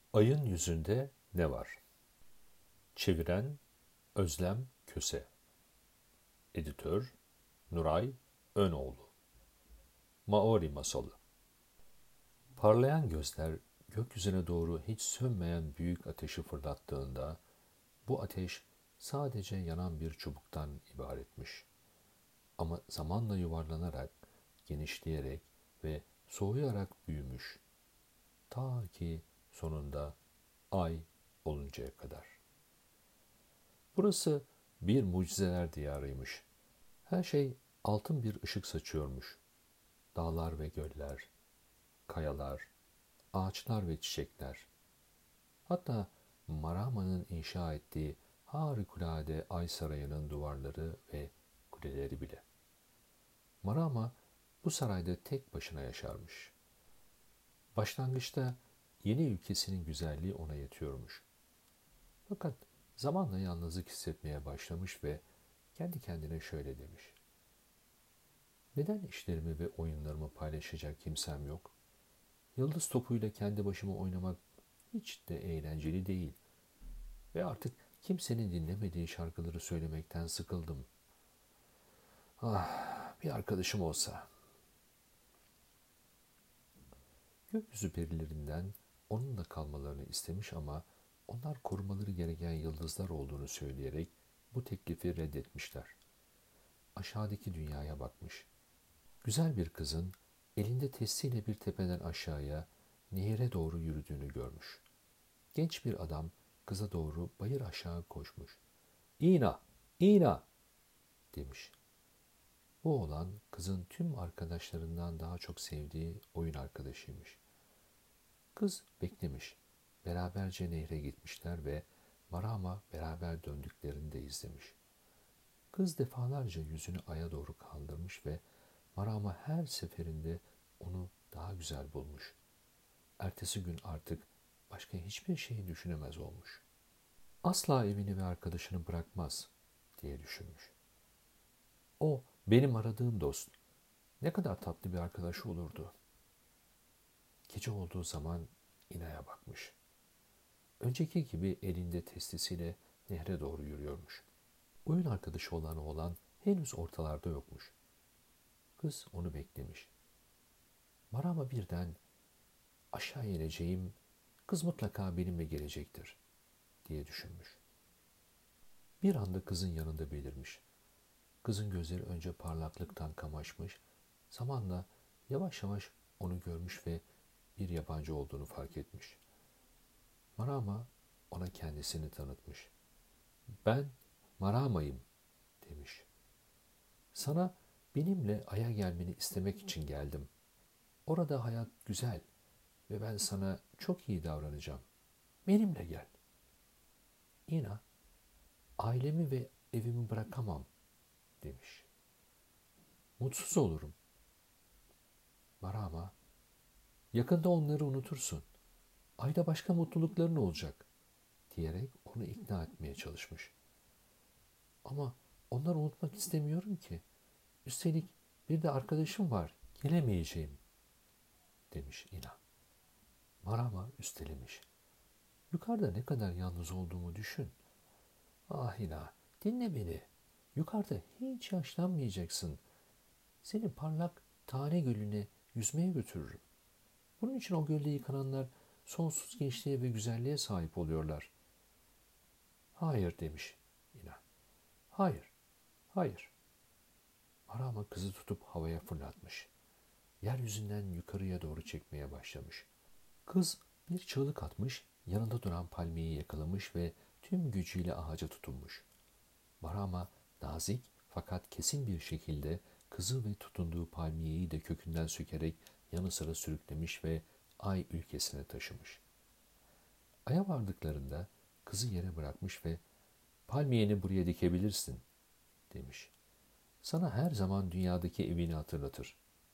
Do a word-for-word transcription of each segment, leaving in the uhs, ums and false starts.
Ayın yüzünde ne var? Çeviren Özlem Köse. Editör Nuray Önoğlu. Maori Masalı. Parlayan gözler gökyüzüne doğru hiç sönmeyen büyük ateşi fırlattığında bu ateş sadece yanan bir çubuktan ibaretmiş. Ama zamanla yuvarlanarak, genişleyerek ve soğuyarak büyümüş. Ta ki sonunda ay oluncaya kadar. Burası bir mucizeler diyarıymış. Her şey altın bir ışık saçıyormuş. Dağlar ve göller, kayalar, ağaçlar ve çiçekler. Hatta Marama'nın inşa ettiği harikulade ay sarayının duvarları ve kuleleri bile. Marama bu sarayda tek başına yaşarmış. Başlangıçta yeni ülkesinin güzelliği ona yetiyormuş. Fakat zamanla yalnızlık hissetmeye başlamış ve kendi kendine şöyle demiş. Neden işlerimi ve oyunlarımı paylaşacak kimsem yok? Yıldız topuyla kendi başıma oynamak hiç de eğlenceli değil. Ve artık kimsenin dinlemediği şarkıları söylemekten sıkıldım. Ah, bir arkadaşım olsa. Gökyüzü perilerinden onunla kalmalarını istemiş ama onlar korumaları gereken yıldızlar olduğunu söyleyerek bu teklifi reddetmişler. Aşağıdaki dünyaya bakmış. Güzel bir kızın elinde testiyle bir tepeden aşağıya, nehire doğru yürüdüğünü görmüş. Genç bir adam kıza doğru bayır aşağı koşmuş. "İna, İna!" demiş. Bu oğlan kızın tüm arkadaşlarından daha çok sevdiği oyun arkadaşıymış. Kız beklemiş. Beraberce nehre gitmişler ve Marama beraber döndüklerini de izlemiş. Kız defalarca yüzünü aya doğru kaldırmış ve Marama her seferinde onu daha güzel bulmuş. Ertesi gün artık başka hiçbir şeyi düşünemez olmuş. Asla evini ve arkadaşını bırakmaz diye düşünmüş. O benim aradığım dost. Ne kadar tatlı bir arkadaşı olurdu. Gece olduğu zaman İna'ya bakmış. Önceki gibi elinde testisiyle nehre doğru yürüyormuş. Oyun arkadaşı olan oğlan henüz ortalarda yokmuş. Kız onu beklemiş. Marama birden aşağı ineceğim, kız mutlaka benimle gelecektir diye düşünmüş. Bir anda kızın yanında belirmiş. Kızın gözleri önce parlaklıktan kamaşmış, zamanla yavaş yavaş onu görmüş ve bir yabancı olduğunu fark etmiş. Marama ona kendisini tanıtmış. "Ben Marama'yım," demiş. "Sana benimle Ay'a gelmeni istemek için geldim. Orada hayat güzel ve ben sana çok iyi davranacağım. Benimle gel." İna, "Ailemi ve evimi bırakamam," demiş. "Mutsuz olurum." Marama, "Yakında onları unutursun. Ayda başka mutlulukların olacak," diyerek onu ikna etmeye çalışmış. "Ama onları unutmak istemiyorum ki. Üstelik bir de arkadaşım var, gelemeyeceğim," demiş İna. Marama üstelemiş. "Yukarıda ne kadar yalnız olduğumu düşün. Ah İna, dinle beni. Yukarıda hiç yaşlanmayacaksın. Seni parlak tane gölüne yüzmeye götürürüm. Bunun için o gölde yıkananlar sonsuz gençliğe ve güzelliğe sahip oluyorlar." "Hayır," demiş İna. "Hayır, hayır." Marama kızı tutup havaya fırlatmış. Yeryüzünden yukarıya doğru çekmeye başlamış. Kız bir çığlık atmış, yanında duran palmiyeyi yakalamış ve tüm gücüyle ağaca tutunmuş. Marama nazik fakat kesin bir şekilde kızı ve tutunduğu palmiyeyi de kökünden sökerek yanı sıra sürüklemiş ve Ay ülkesine taşımış. Ay'a vardıklarında kızı yere bırakmış ve "Palmiyeni buraya dikebilirsin," demiş. "Sana her zaman dünyadaki evini hatırlatır."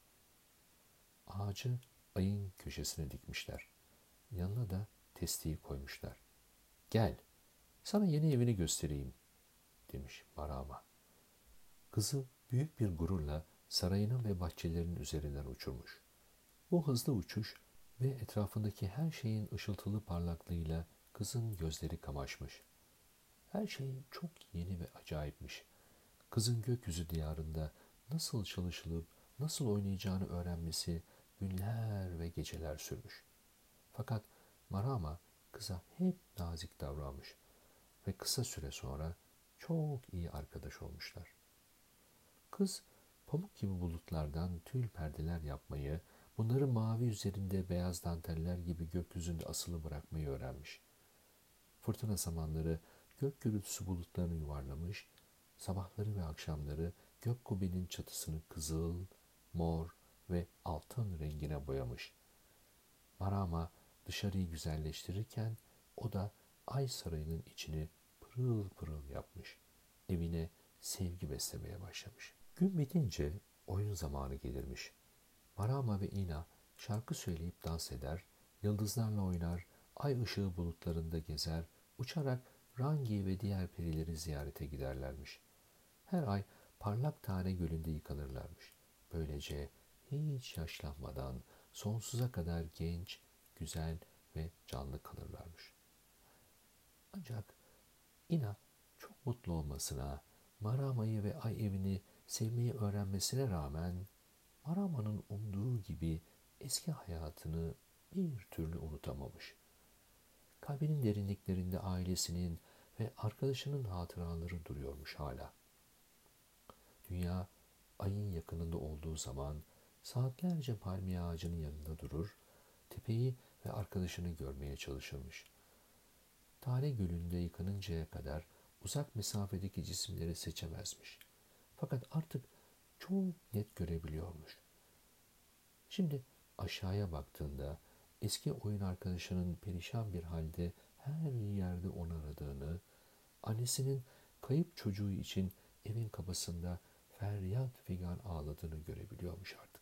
Ağacı ayın köşesine dikmişler. Yanına da testiyi koymuşlar. "Gel, sana yeni evini göstereyim," demiş Marama. Kızı büyük bir gururla sarayının ve bahçelerinin üzerinden uçurmuş. Bu hızlı uçuş ve etrafındaki her şeyin ışıltılı parlaklığıyla kızın gözleri kamaşmış. Her şey çok yeni ve acayipmiş. Kızın gökyüzü diyarında nasıl çalışılıp nasıl oynayacağını öğrenmesi günler ve geceler sürmüş. Fakat Marama kıza hep nazik davranmış ve kısa süre sonra çok iyi arkadaş olmuşlar. Kız pamuk gibi bulutlardan tül perdeler yapmayı, bunları mavi üzerinde beyaz danteller gibi gökyüzünde asılı bırakmayı öğrenmiş. Fırtına zamanları gök gürültüsü bulutlarını yuvarlamış, sabahları ve akşamları gök kubbenin çatısını kızıl, mor ve altın rengine boyamış. Marama dışarıyı güzelleştirirken o da ay sarayının içini pırıl pırıl yapmış. Evine sevgi beslemeye başlamış. Gün bitince oyun zamanı gelirmiş. Marama ve Ina şarkı söyleyip dans eder, yıldızlarla oynar, ay ışığı bulutlarında gezer, uçarak Rangi ve diğer perileri ziyarete giderlermiş. Her ay parlak tane gölünde yıkanırlarmış. Böylece hiç yaşlanmadan sonsuza kadar genç, güzel ve canlı kalırlarmış. Ancak Ina çok mutlu olmasına, Marama'yı ve ay evini sevmeyi öğrenmesine rağmen Marama'nın umduğu gibi eski hayatını bir türlü unutamamış. Kalbinin derinliklerinde ailesinin ve arkadaşının hatıraları duruyormuş hala. Dünya ayın yakınında olduğu zaman saatlerce palmiye ağacının yanında durur, tepeyi ve arkadaşını görmeye çalışırmış. Tane gölünde yıkanıncaya kadar uzak mesafedeki cisimleri seçemezmiş. Fakat artık çok net görebiliyormuş. Şimdi aşağıya baktığında eski oyun arkadaşının perişan bir halde her yerde onu aradığını, annesinin kayıp çocuğu için evin kapısında feryat figan ağladığını görebiliyormuş artık.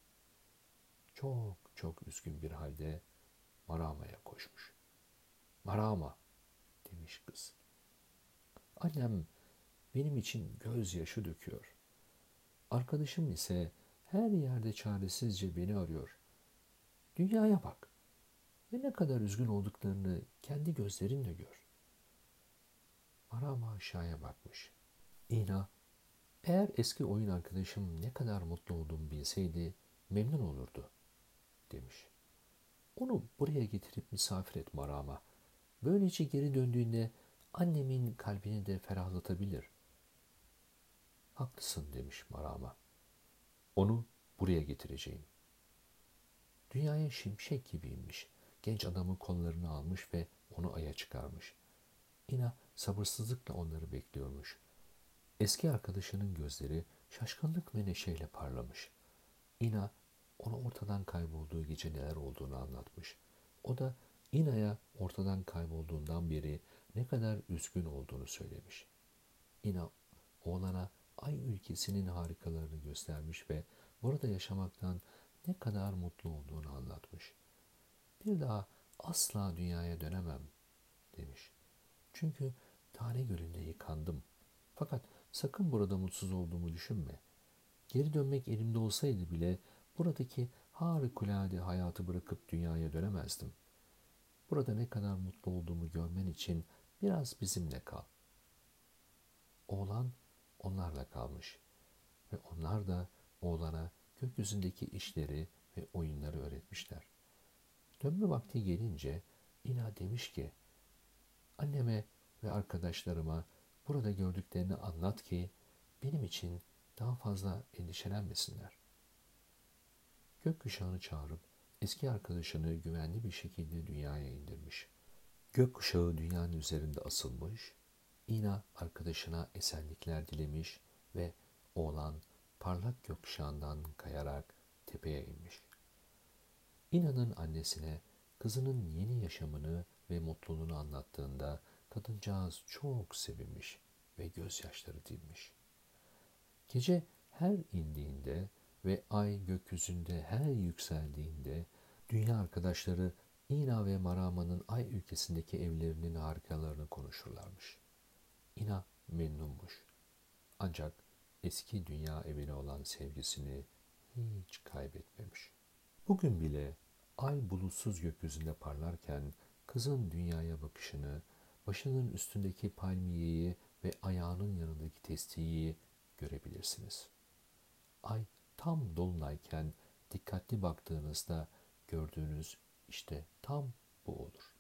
Çok çok üzgün bir halde Marama'ya koşmuş. Marama, demiş kız. Annem benim için gözyaşı döküyor. Arkadaşım ise her yerde çaresizce beni arıyor. Dünyaya bak ve ne kadar üzgün olduklarını kendi gözlerinle gör. Marama aşağıya bakmış. İna, eğer eski oyun arkadaşım ne kadar mutlu olduğumu bilseydi memnun olurdu, demiş. Onu buraya getirip misafir et Marama. Böylece geri döndüğünde annemin kalbini de ferahlatabilir. Haklısın, demiş Marama. Onu buraya getireceğim. Dünyaya şimşek gibi inmiş. Genç adamı kollarını almış ve onu aya çıkarmış. İna sabırsızlıkla onları bekliyormuş. Eski arkadaşının gözleri şaşkınlık ve neşeyle parlamış. İna ona ortadan kaybolduğu gece neler olduğunu anlatmış. O da İna'ya ortadan kaybolduğundan beri ne kadar üzgün olduğunu söylemiş. İna oğlana Ay ülkesinin harikalarını göstermiş ve burada yaşamaktan ne kadar mutlu olduğunu anlatmış. Bir daha asla dünyaya dönemem, demiş. Çünkü Tane Gölü'nde yıkandım. Fakat sakın burada mutsuz olduğumu düşünme. Geri dönmek elimde olsaydı bile buradaki harikulade hayatı bırakıp dünyaya dönemezdim. Burada ne kadar mutlu olduğumu görmen için biraz bizimle kal. Oğlan onlarla kalmış ve onlar da oğlana gökyüzündeki işleri ve oyunları öğretmişler. Dönme vakti gelince İna demiş ki, anneme ve arkadaşlarıma burada gördüklerini anlat ki benim için daha fazla endişelenmesinler. Gökkuşağını çağırıp eski arkadaşını güvenli bir şekilde dünyaya indirmiş. Gökkuşağı dünyanın üzerinde asılmış, İna arkadaşına esenlikler dilemiş ve oğlan parlak gökkuşağından kayarak tepeye inmiş. İna'nın annesine kızının yeni yaşamını ve mutluluğunu anlattığında kadıncağız çok sevinmiş ve gözyaşları dinmiş. Gece her indiğinde ve ay gökyüzünde her yükseldiğinde dünya arkadaşları İna ve Marama'nın ay ülkesindeki evlerinin harikalarını konuşurlarmış. İna memnunmuş. Ancak eski dünya evine olan sevgisini hiç kaybetmemiş. Bugün bile Ay bulutsuz gökyüzünde parlarken kızın dünyaya bakışını, başının üstündeki palmiyeyi ve ayağının yanındaki testiyi görebilirsiniz. Ay tam dolunayken dikkatli baktığınızda gördüğünüz işte tam bu olur.